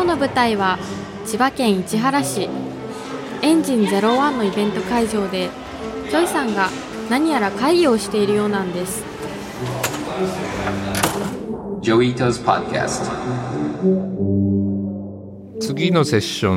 の舞台は千葉県市原市エンジン01のイベント会場でジョイさんが何やら会議をしているようなんです。 ジョイータズ・ポッドキャスト。 次のセッショ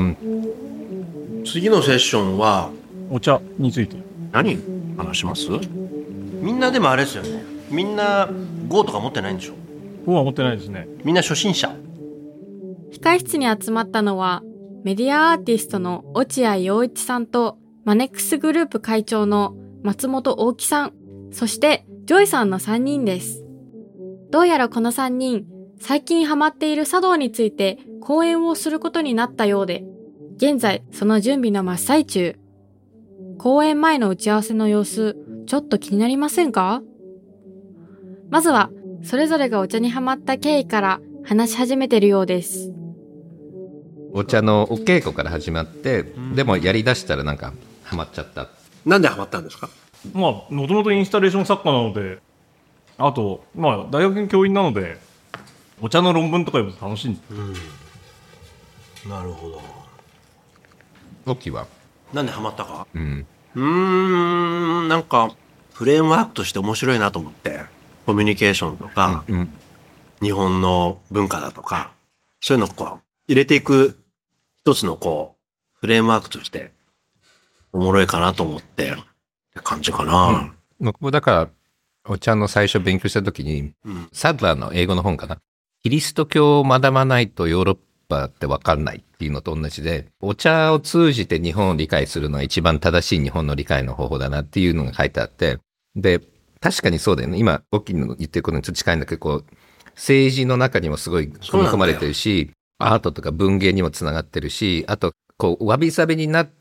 ンはお茶について何話します？みんなでもあれですよね。みんな GO とか持ってないんでしょ？ GO は持ってないですね。 みんな初心者。 控室に集まったのはメディアアーティストの落合陽一さんとマネックスグループ会長の松本大樹さん、そしてジョイさんの3人です。どうやらこの3人、最近ハマっている茶道について講演をすることになったようで、現在その準備の真っ最中。講演前の打ち合わせの様子、ちょっと気になりませんか？まずは、それぞれがお茶にハマった経緯から話し始めてるようです。 お茶のお稽古から始まって、でもやりだしたらなんかハマっちゃった。 なんでハマったんですか？ もともとインスタレーション作家なので、あと、大学の教員なので、お茶の論文とか読むと楽しいんです。 なるほど。 ロキはなんでハマったか？ なんかフレームワークとして面白いなと思って、コミュニケーションとか、日本の文化だとか、そういうのをこう入れていく一つのこうフレームワークとしておもろいかなと思ってって感じかな。 僕もだからお茶の最初勉強した時に、サドラーの英語の本かな。キリスト教を学ばないとヨーロッパって分かんないっていうのと同じで、お茶を通じて日本を理解するのは一番正しい日本の理解の方法だなっていうのが書いてあって、で、確かにそうだよね。今、オッキーの言ってることにちょっと近いんだけど、こう、政治の中にもすごい組み込まれてるし、アートとか文芸にもつながってるし、あと、こう、わびさびになって、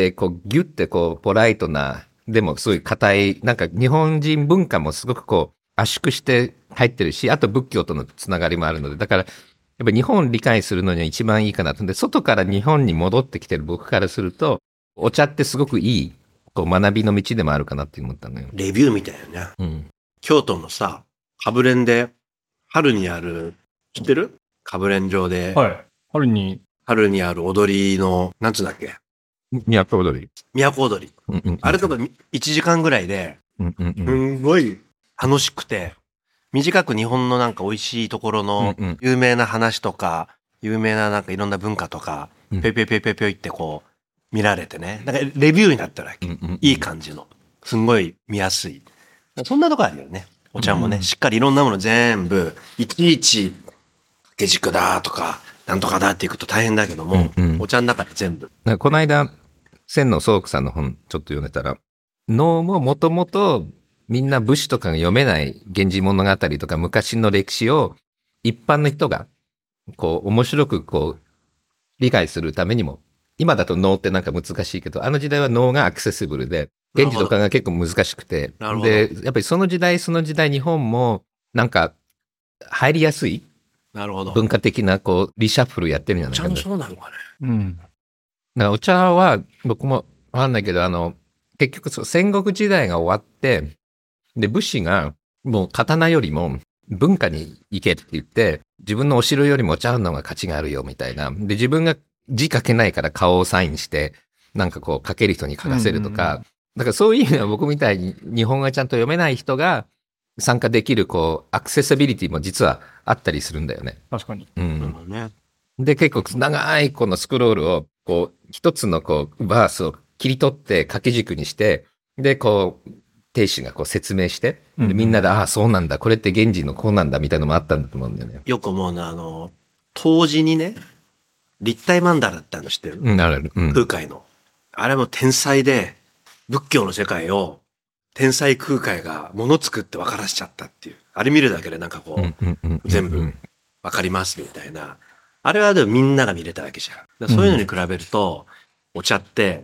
こう、ギュッてこう、ポライトな、でもすごい硬い、なんか日本人文化もすごくこう、圧縮して入ってるし、あと仏教とのつながりもあるので、だから、やっぱ日本を理解するのには一番いいかなと。で、外から日本に戻ってきてる僕からすると、お茶ってすごくいい、こう、学びの道でもあるかなって思ったのよ。 レビューみたいなね。京都のさ、かぶれんで、春にある、知ってる？かぶれん場で。 はい。春にある踊りの、なんつうんだっけ？ 都踊り。 都踊り。あれとか1時間ぐらいで、すんごい楽しくて、短く日本のなんか美味しいところの有名な話とか、有名ななんかいろんな文化とか、ぴょいってこう見られてね。なんかレビューになってるわけ。いい感じの。すんごい見やすい。そんなとこあるよね。お茶もね、しっかりいろんなもの全部、いちいち掛け軸だとか、なんとかだっていくと大変だけども、お茶の中で全部。 この間、千の宗さんの本ちょっと読んでたら、能ももともとみんな武士とかが読めない源氏物語とか昔の歴史を一般の人がこう面白くこう理解するためにも、今だと能ってなんか難しいけど、あの時代は能がアクセシブルで、源氏とかが結構難しくて、で、やっぱりその時代日本もなんか入りやすい文化的なこうリシャッフルやってるんじゃないかな。 お茶もそうなのかね。 だからお茶は僕もわかんないけど、結局戦国時代が終わって、で、武士がもう刀よりも文化に行けって言って、自分のお城よりもお茶の方が価値があるよみたいな。で、自分が字書けないから顔をサインして、なんかこう書ける人に書かせるとか、だからそういう意味では僕みたいに日本語がちゃんと読めない人が参加できるこうアクセシビリティも実はあったりするんだよね。 確かに。 で、結構長いこのスクロールをこう一つのこうバースを切り取って掛け軸にして、で、こう、亭主がこう説明して、でみんなで、ああ、そうなんだ、これって源氏のこうなんだ、みたいなのもあったんだと思うんだよね。 よく思うのは、当時にね、立体曼荼羅って知ってる？空海の。あれも天才で、仏教の世界を、天才空海が物作って分からしちゃったっていう。あれ見るだけでなんかこう、全部分かりますみたいな。あれはでもみんなが見れたわけじゃん。そういうのに比べると、お茶って、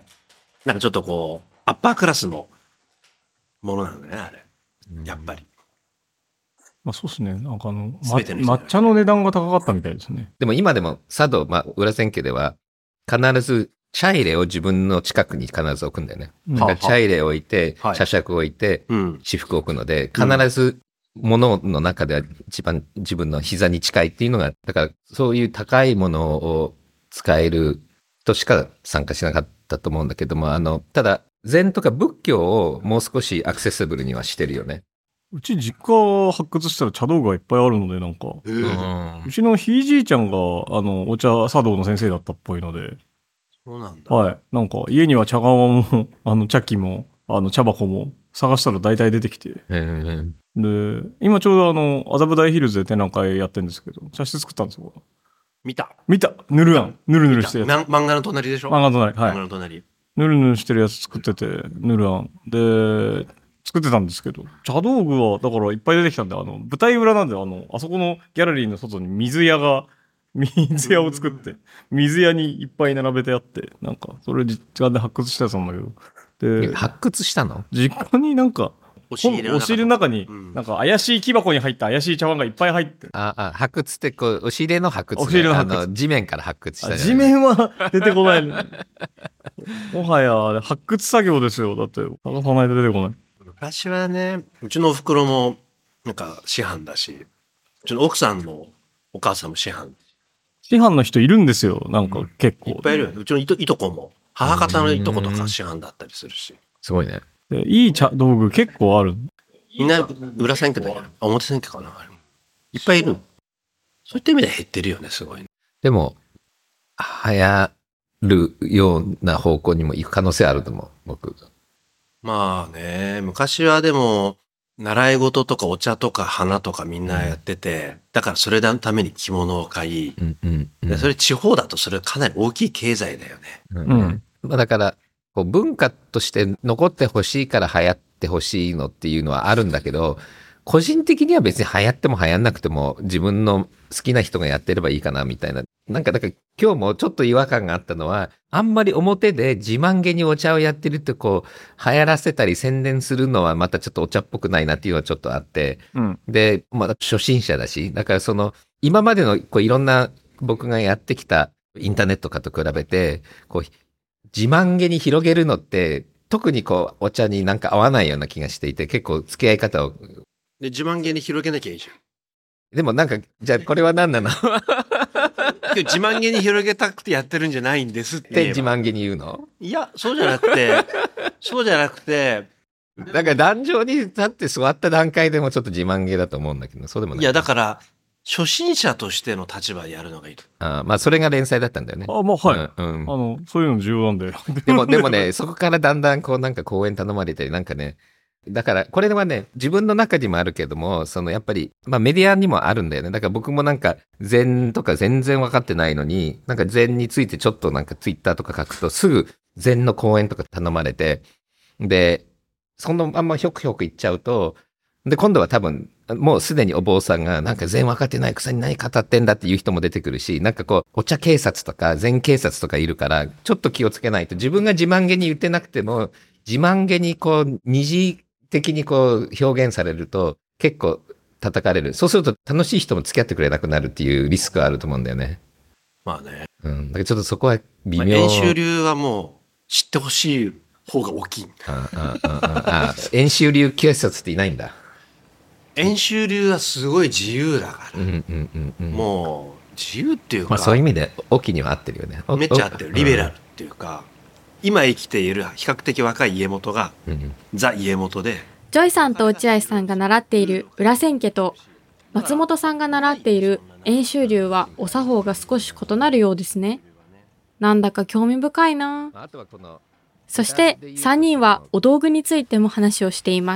なんかちょっとこう、アッパークラスのものなんだね、あれ。やっぱり。 そうですね。なんか抹茶の値段が高かったみたいですね。 でも今でも茶道、裏千家では、必ず茶入れを自分の近くに必ず置くんだよね。だから茶入れを置いて、茶杓を置いて、私服を置くので、必ず物の中では一番自分の膝に近いっていうのが、だからそういう高いものを使える人しか参加しなかったと思うんだけども、ただ、禅とか仏教をもう少しアクセシブルにはしてるよね。 うち実家発掘したら茶道具がいっぱいあるので、なんか、うちのひいじいちゃんが、お茶茶道の先生だったっぽいので、 そうなんだ。 はい。なんか、家には茶釜も、茶器も、茶箱も、探したら大体出てきて。で、今ちょうど麻布台ヒルズで展覧会やってるんですけど、茶室作ったんですよ。 見た。 ぬるやん。ぬるぬるしてるやつ。 漫画の隣でしょ？ 漫画の隣。はい。 漫画の隣。 ぬるぬるしてるやつ作ってて、ぬるあん。で、作ってたんですけど、茶道具は、だからいっぱい出てきたんで、舞台裏なんで、あそこのギャラリーの外に水屋を作って、水屋にいっぱい並べてあって、なんか、それ実家で発掘したやつなんだけど。で、 発掘したの？ 実家になんか、 押し入れの中に、なんか怪しい木箱に入った怪しい茶碗がいっぱい入ってる。 発掘ってこう、押し入れの発掘。 押し入れの発掘。 地面から発掘した、ね。 地面は出てこない。もはや、発掘作業ですよ。だって、探さないと出てこない。 昔はね、うちのお袋も、なんか、師範だし、うちの奥さんのお母さんも師範。 師範の人いるんですよ。なんか、結構。 いっぱいいるよね。うちのいとこも、母方のいとことか師範だったりするし。 すごいね。 でいい茶道具結構ある。 みんな裏千家だよ。表千家かな。いっぱいいる。そういった意味では減ってるよね、すごい。 でも、流行るような方向にも行く可能性あると思う、僕。 まあね、昔はでも、習い事とかお茶とか花とかみんなやってて、だからそれのために着物を買い、でそれ地方だとそれかなり大きい経済だよね。 まあだから、こう文化として残ってほしいから流行ってほしいのっていうのはあるんだけど、個人的には別に流行っても流行んなくても自分の好きな人がやってればいいかなみたいな。なんかだから今日もちょっと違和感があったのは、あんまり表で自慢げにお茶をやってるってこう流行らせたり宣伝するのはまたちょっとお茶っぽくないなっていうのはちょっとあって、で、まだ初心者だし、だからその今までのこういろんな僕がやってきたインターネットかと比べて、こう自慢げに広げるのって特にこうお茶になんか合わないような気がしていて、結構付き合い方をで自慢げに広げなきゃいいじゃん。 でもなんかじゃあこれは何なの？ 自慢げに広げたくてやってるんじゃないんですって自慢げに言うの？ いやそうじゃなくてだから壇上に立って座った段階でもちょっと自慢げだと思うんだけど、そうでもない。 いやだから初心者としての立場でやるのがいいと。 まあそれが連載だったんだよね。 まあはい。そういうの重要なんで。 でもね、そこからだんだんこうなんか講演頼まれたりなんかね、だからこれはね、自分の中にもあるけども、そのやっぱりまあメディアにもあるんだよね。だから僕もなんか禅とか全然分かってないのに、なんか禅についてちょっとなんかツイッターとか書くとすぐ禅の講演とか頼まれて、でそのまんまひょくひょく言っちゃうと、で今度は多分もうすでにお坊さんがなんか禅分かってないくせに何語ってんだっていう人も出てくるし、なんかこうお茶警察とか禅警察とかいるからちょっと気をつけないと、自分が自慢げに言ってなくても自慢げにこう二次的にこう表現されると結構叩かれる。そうすると楽しい人も付き合ってくれなくなるっていうリスクがあると思うんだよね。 まあね。 だからちょっとそこは微妙。 演習流はもう知ってほしい方が大きい。 演習流警察っていないんだ。 演習流はすごい自由だから。もう自由っていうか。 まあそういう意味で沖には合ってるよね。 めっちゃ合ってる。リベラルっていうか。今生きている比較的若い家元が、ザ家元で、 ジョイさんと落合さんが習っている裏千家と松本さんが習っている演習流はお作法が少し異なるようですね。なんだか興味深いな。そして3人はお道具についても話をしています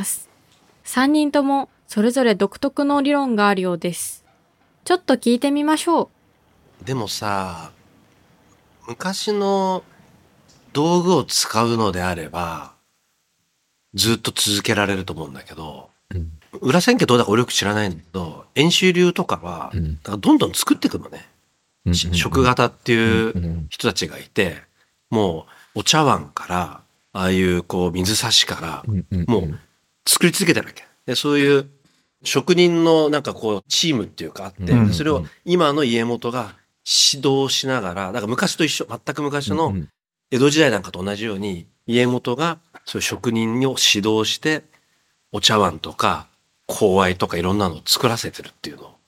。3人ともそれぞれ独特の理論があるようです。ちょっと聞いてみましょう。でもさ、昔の道具を使うのであればずっと続けられると思うんだけど、裏千家どうだか俺よく知らないんだけど、演習流とかはだからどんどん作っていくのね。食型っていう人たちがいて、もうお茶碗からああいうこう水差しからもう作り続けてるわけで、そういう職人のなんかこうチームっていうかあって、それを今の家元が指導しながら、だから昔と一緒、全く昔の江戸時代なんかと同じように家元がそういう職人を指導してお茶碗とか香合とかいろんなのを作らせてるっていうのを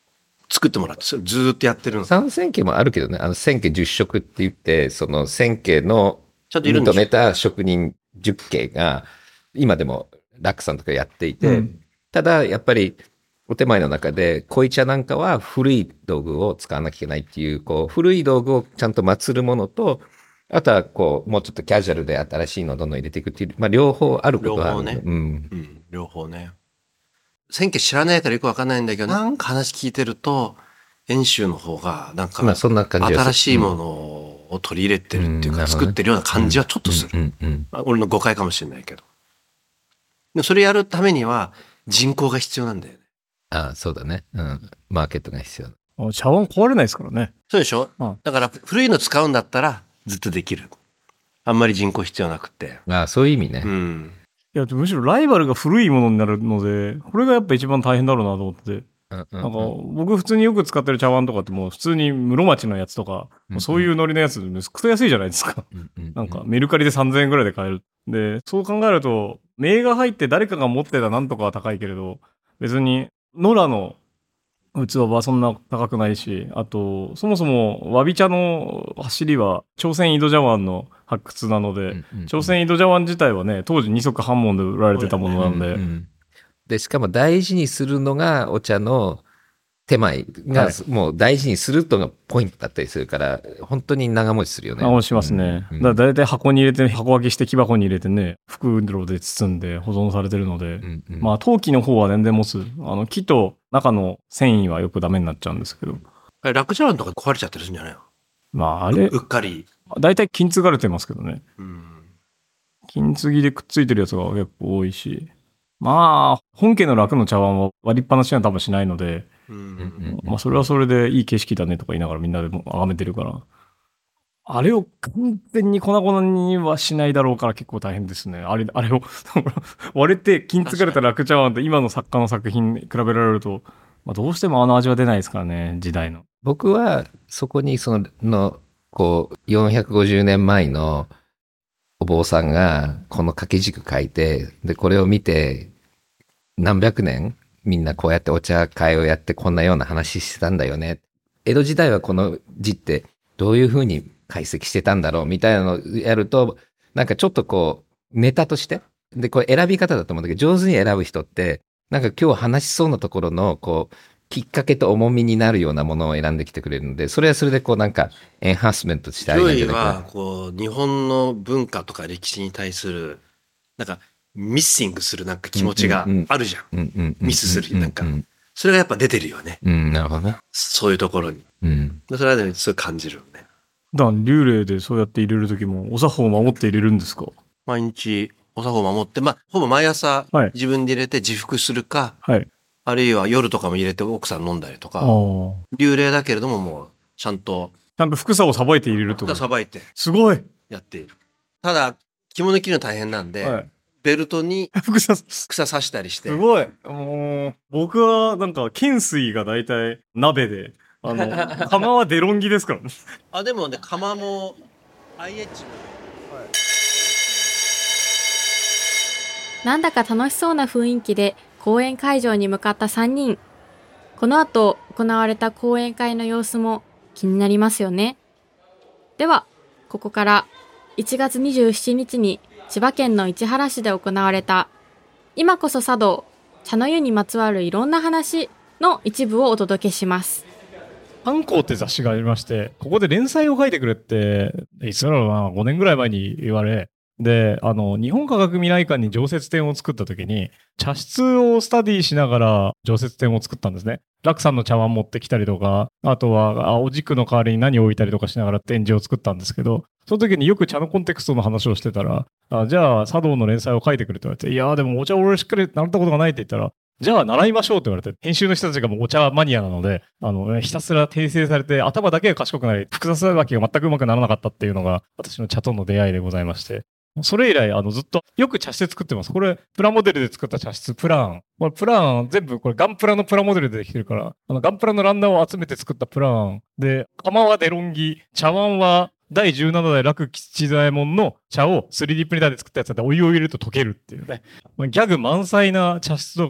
作ってもらって、それずーっとやってるの。 三千家もあるけどね、千家10食って言って、その千家のちゃんといるんでしょ認めた職人10家が、今でも楽さんとかやっていて、ただやっぱりお手前の中で、濃茶なんかは古い道具を使わなきゃいけないっていう、古い道具をちゃんと祀るものと、あとはもうちょっとキャジュアルで新しいのをどんどん入れていくっていう、両方あることはある。 両方ね。両方ね。千家知らないからよくわかんないんだけど、なんか話聞いてると、遠州の方が、なんか、 そんな感じ新しいものを取り入れてるっていうか、作ってるような感じはちょっとする。俺の誤解かもしれないけど。でもそれやるためには、人口が必要なんだよね。 ああ、そうだね。マーケットが必要。 茶碗壊れないですからね。 そうでしょ、だから、古いの使うんだったら、ずっとできる。あんまり人口必要なくて。 ああ、そういう意味ね。 いや、むしろライバルが古いものになるので、これがやっぱ一番大変だろうなと思って。なんか、僕普通によく使ってる茶碗とかってもう普通に室町のやつとか、そういうノリのやつ、くそ安いじゃないですか。なんかメルカリで3000円ぐらいで買える。で、そう考えると、銘が入って誰かが持ってたなんとかは高いけれど、別に野良の器はそんな高くないし、あと、そもそもわび茶の走りは朝鮮井戸茶碗の発掘なので、朝鮮井戸茶碗自体はね、当時二足半門で売られてたものなんで、 で、しかも大事にするのがお茶の手前が、もう大事にするとがポイントだったりするから、本当に長持ちするよね。 長持ちしますね。だいたい箱に入れて、箱開けして木箱に入れてね、袋で包んで保存されてるので、まあ陶器の方は全然持つ。木と中の繊維はよくダメになっちゃうんですけど。 楽茶碗とか壊れちゃったりするんじゃないの？ まああれ、 うっかり。 だいたい金継がれてますけどね。金継ぎでくっついてるやつが結構多いし。まあ、本家の楽の茶碗は割りっぱなしには多分しないので、まあそれはそれでいい景色だねとか言いながらみんなで崇めてるから、あれを完全に粉々にはしないだろうから結構大変ですね。あれを割れて金継がれた楽茶碗と今の作家の作品に比べられると、まあどうしてもあの味は出ないですからね、時代の。 僕はそこに450年前のお坊さんがこの掛け軸書いて、で、これを見て、何百年みんなこうやってお茶会をやってこんなような話してたんだよね。江戸時代はこの字ってどういうふうに解析してたんだろうみたいなのをやると、なんかちょっとネタとして、で、これ選び方だと思うんだけど、上手に選ぶ人って、なんか今日話しそうなところの、きっかけと重みになるようなものを選んできてくれるので、それはそれでなんかエンハンスメントしてあげるんじゃないかな。 は日本の文化とか歴史に対するなんかミッシングするなんか気持ちがあるじゃん。ミスするなんかそれがやっぱ出てるよね。 なるほどね。 そういうところに。それはねすごい感じるよね。 幽霊でそうやって入れるときもお作法を守って入れるんですか？ 毎日お作法を守って、ほぼ毎朝自分で入れて自服するか。あるいは夜とかも入れて奥さん飲んだりとか、幽霊だけれどももうちゃんと服さをさばいて入れるとか。 さばいて。 すごい。 やっている。ただ、着物着るの大変なんで、ベルトに草刺したりして。 すごい。僕はなんか、懸垂が大体鍋で、釜はデロンギですからね。 でもね、釜も IH。 なんだか楽しそうな雰囲気で、講演会場に向かった3人。この後行われた講演会の様子も気になりますよね。では、ここから1月27日に千葉県の市原市で行われた今こそ茶道、茶の湯にまつわるいろんな話の一部をお届けします。 観光って雑誌がありまして、ここで連載を書いてくれって、いつだろうな、5年ぐらい前に言われ、で、日本科学未来館に常設展を作った時に、茶室をスタディしながら常設展を作ったんですね。楽さんの茶碗持ってきたりとか、あとは、お軸の代わりに何を置いたりとかしながら展示を作ったんですけど、その時によく茶のコンテクストの話をしてたら、じゃあ茶道の連載を書いてくれって言われて、いやでもお茶俺しっかり習ったことがないって言ったら、じゃあ習いましょうって言われて、編集の人たちがもうお茶マニアなので、ひたすら訂正されて、頭だけが賢くなり、複雑なわけが全くうまくならなかったっていうのが、私の茶との出会いでございまして。それ以来、ずっと、よく茶室作ってます。これ、プラモデルで作った茶室、プラン。プラン、全部、これ、ガンプラのプラモデルでできてるから、ガンプラのランナーを集めて作ったプラン。で、釜はデロンギ、茶碗は、第17代楽吉左衛門の茶を 3D プリンターで作ったやつでお湯を入れると溶けるっていうね。ギャグ満載な茶室とか、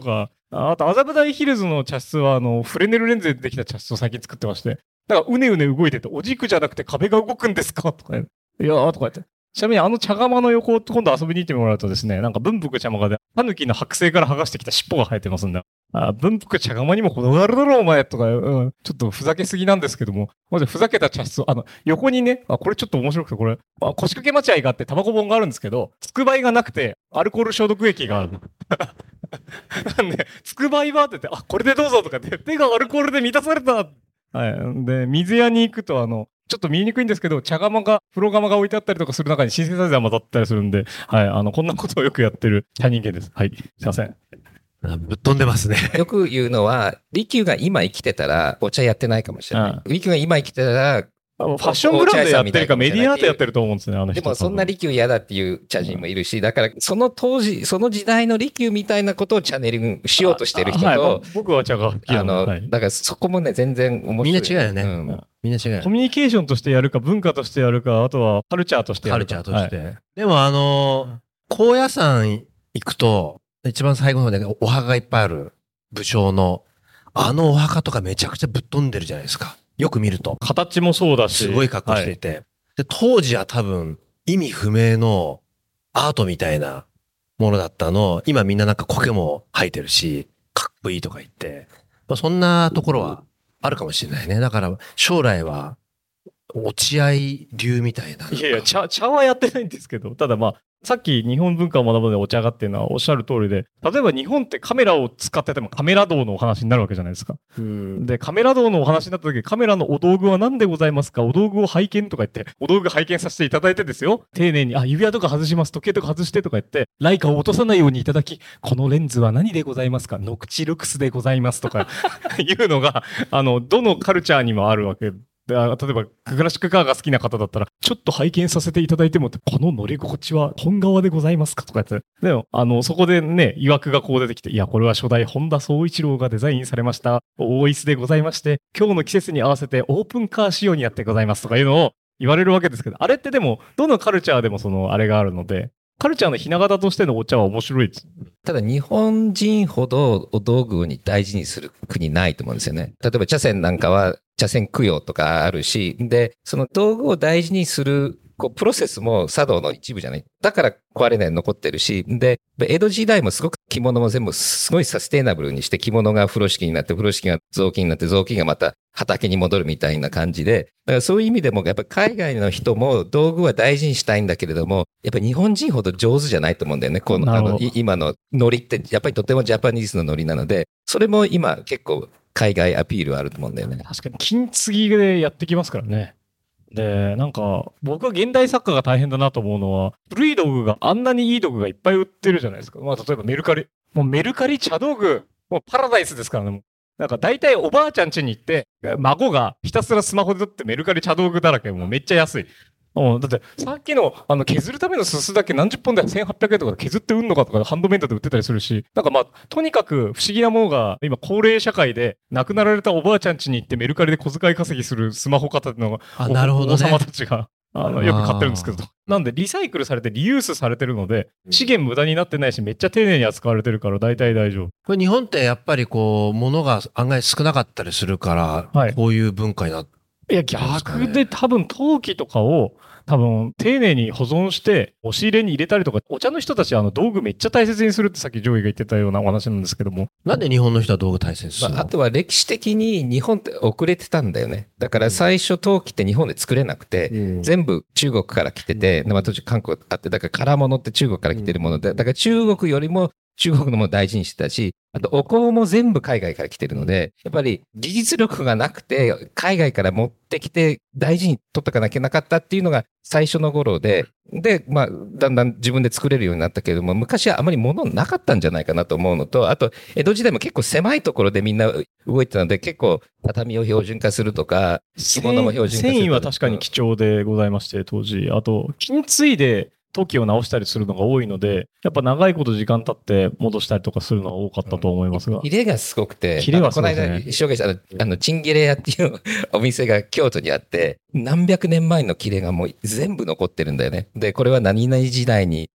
あと、麻布台ヒルズの茶室は、フレネルレンズでできた茶室を最近作ってまして、だから、うねうね動いてて、お軸じゃなくて壁が動くんですかとか言って、いやーとか言って。ちなみに茶釜の横、今度遊びに行ってもらうとですね、なんか文福茶釜で、タヌキの剥製から剥がしてきた尻尾が生えてますんで、文福茶釜にも程があるだろう、お前とか、ちょっとふざけすぎなんですけども、まずふざけた茶室、横にね、これちょっと面白くて、これ、腰掛け待合があって、タバコ本があるんですけど、つくばいがなくて、アルコール消毒液がある。なんで、つくばいはって言って、これでどうぞとかって、手がアルコールで満たされた。はい。で、水屋に行くと、ちょっと見えにくいんですけど、茶釜が、風呂釜が置いてあったりとかする中にシンセサイザー混ざったりするんで、はい。こんなことをよくやってる茶人間です。はい。すいません。 ぶっ飛んでますね。 よく言うのは、利休が今生きてたら、お茶やってないかもしれない。利休が今生きてたら、 ファッションブランドやってるかメディアアートやってると思うんですね、 でもそんな利休嫌だっていう茶人もいるし、だからその当時、その時代の利休みたいなことをチャネリングしようとしてる人と、 僕は茶が好きなの。 だからそこもね、全然面白い。 みんな違うよね。みんな違う。 コミュニケーションとしてやるか、文化としてやるか、あとはカルチャーとしてやるか。 カルチャーとして。でも高野山行くと、一番最後の方でお墓がいっぱいある武将の、お墓とかめちゃくちゃぶっ飛んでるじゃないですか。よく見ると。 形もそうだし。 すごい格好していて。で、当時は多分意味不明のアートみたいなものだったの。今みんななんか苔も生えてるし、かっこいいとか言って。そんなところはあるかもしれないね。だから将来は落合流みたいな。 いやいや、茶はやってないんですけど、たださっき日本文化を学ぶのでお茶がっていうのはおっしゃる通りで、例えば日本ってカメラを使っててもカメラ道のお話になるわけじゃないですか。で、カメラ道のお話になった時、カメラのお道具は何でございますか、お道具を拝見とか言って、お道具拝見させていただいてですよ。丁寧に、指輪とか外します、時計とか外してとか言って、ライカを落とさないようにいただき、このレンズは何でございますか、ノクチルクスでございますとかいうのが、どのカルチャーにもあるわけで。例えば、クラシックカーが好きな方だったら、ちょっと拝見させていただいても、この乗り心地は本革でございますかとか言って。でも、そこでね、曰くがこう出てきて、いや、これは初代本田宗一郎がデザインされました、大椅子でございまして、今日の季節に合わせてオープンカー仕様にやってございますとかいうのを言われるわけですけど、あれってでも、どのカルチャーでもあれがあるので、カルチャーのひな形としてのお茶は面白いです。 ただ日本人ほどお道具に大事にする国ないと思うんですよね。例えば茶筅なんかは茶筅供養とかあるし、で、その道具を大事にするプロセスも茶道の一部じゃない。だから壊れない残ってるし、で、江戸時代もすごく着物も全部すごいサステイナブルにして、着物が風呂敷になって、風呂敷が雑巾になって、雑巾がまた畑に戻るみたいな感じで、だからそういう意味でもやっぱ海外の人も道具は大事にしたいんだけれども、やっぱり日本人ほど上手じゃないと思うんだよね。今のノリってやっぱりとてもジャパニーズのノリなので、それも今結構海外アピールはあると思うんだよね。 確かに金継ぎでやってきますからね。で、なんか、僕は現代作家が大変だなと思うのは、古い道具があんなにいい道具がいっぱい売ってるじゃないですか。例えばメルカリ。もうメルカリ茶道具、もうパラダイスですからね。なんか大体おばあちゃん家に行って、孫がひたすらスマホで撮ってメルカリ茶道具だらけ、もうめっちゃ安い。だってさっきの削るためのすすだけ何十本で1800円とかで削って売んのかとかハンドメイドで売ってたりするし、なんかとにかく不思議なものが今高齢社会で亡くなられたおばあちゃん家に行ってメルカリで小遣い稼ぎするスマホ片手の王様たちがよく買ってるんですけど、なんでリサイクルされてリユースされてるので資源無駄になってないしめっちゃ丁寧に扱われてるから大体大丈夫。 これ日本ってやっぱり物が案外少なかったりするから、こういう文化になって、 いや逆で多分陶器とかを多分丁寧に保存して押し入れに入れたりとか、お茶の人たち道具めっちゃ大切にするってさっきジョイが言ってたようなお話なんですけども、 なんで日本の人は道具大切にするの？ あとは歴史的に日本って遅れてたんだよね。だから最初陶器って日本で作れなくて、全部中国から来てて、当時韓国あって、だから空物って中国から来てるもので、だから中国よりも中国のも大事にしてたし、あとお香も全部海外から来てるので、やっぱり技術力がなくて海外から持ってきて大事に取っとかなきゃなかったっていうのが最初の頃で、だんだん自分で作れるようになったけれども、昔はあまり物なかったんじゃないかなと思うのと、あと江戸時代も結構狭いところでみんな動いてたので、結構畳を標準化するとか着物も標準化するとか、 繊維は確かに貴重でございまして、当時あと金継いで陶器を直したりするのが多いので、やっぱ長いこと時間経って戻したりとかするのが多かったと思いますが。 切れがすごくて、 切れはすごいこの間紹介したチンギレ屋っていうお店が京都にあって、何百年前の切れがもう全部残ってるんだよね。で、これは何々時代に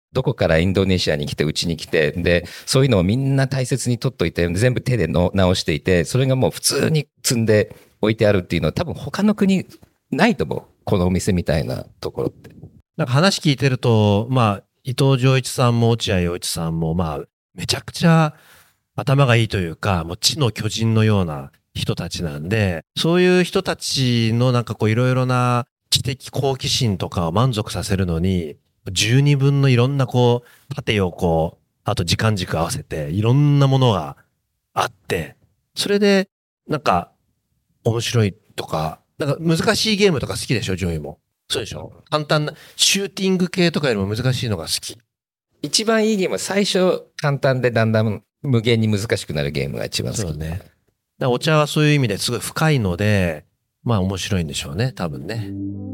どこからインドネシアに来てうちに来て、でそういうのをみんな大切に取っといて、全部手で直していて、それがもう普通に積んで置いてあるっていうのは多分他の国ないと思う。このお店みたいなところって。 なんか話聞いてると、まあ伊藤浄一さんも落合陽一さんもまあめちゃくちゃ頭がいいというか、もう知の巨人のような人たちなんで、そういう人たちのなんかこういろいろな知的好奇心とかを満足させるのに、十二分のいろんなこう縦横、あと時間軸合わせていろんなものがあって、それでなんか面白いとか、なんか難しいゲームとか好きでしょ、ジョイも。そうでしょ。簡単なシューティング系とかよりも難しいのが好き。 一番いいゲームは最初簡単でだんだん無限に難しくなるゲームが一番好き。 そうね。だからお茶はそういう意味ですごい深いので、まあ面白いんでしょうね、多分ね。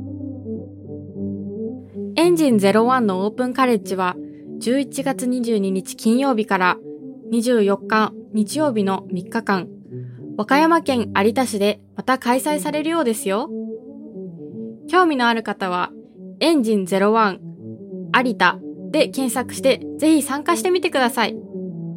エンジン01のオープンカレッジは11月22日金曜日から24日日曜日の3日間、和歌山県有田市でまた開催されるようですよ。興味のある方はエンジン01有田で検索してぜひ参加してみてください。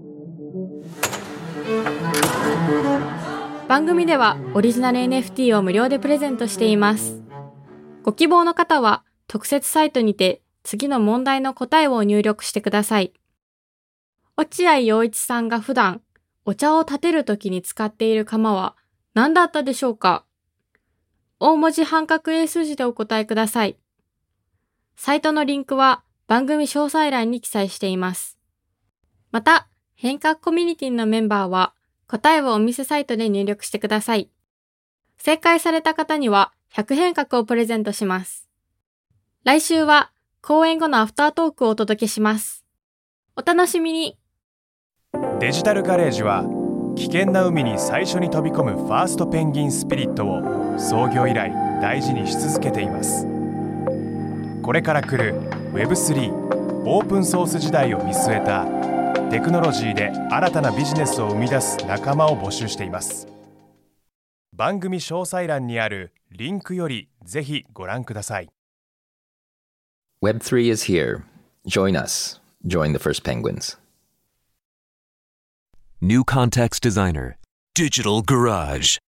番組ではオリジナル NFT を無料でプレゼントしています。ご希望の方は特設サイトにて次の問題の答えを入力してください。落合陽一さんが普段お茶を立てるときに使っている釜は何だったでしょうか？大文字半角英数字でお答えください。サイトのリンクは番組詳細欄に記載しています。また、変革コミュニティのメンバーは答えをお店サイトで入力してください。正解された方には100変革をプレゼントします。来週は講演後のアフタートークをお届けします。お楽しみに。 デジタルガレージは危険な海に最初に飛び込むファーストペンギンスピリットを創業以来大事にし続けています。これから来る Web3 オープンソース時代を見据えたテクノロジーで新たなビジネスを生み出す仲間を募集しています。番組詳細欄にあるリンクよりぜひご覧ください。 Web3 is here. Join us. Join the first penguins. New Context Designer Digital Garage.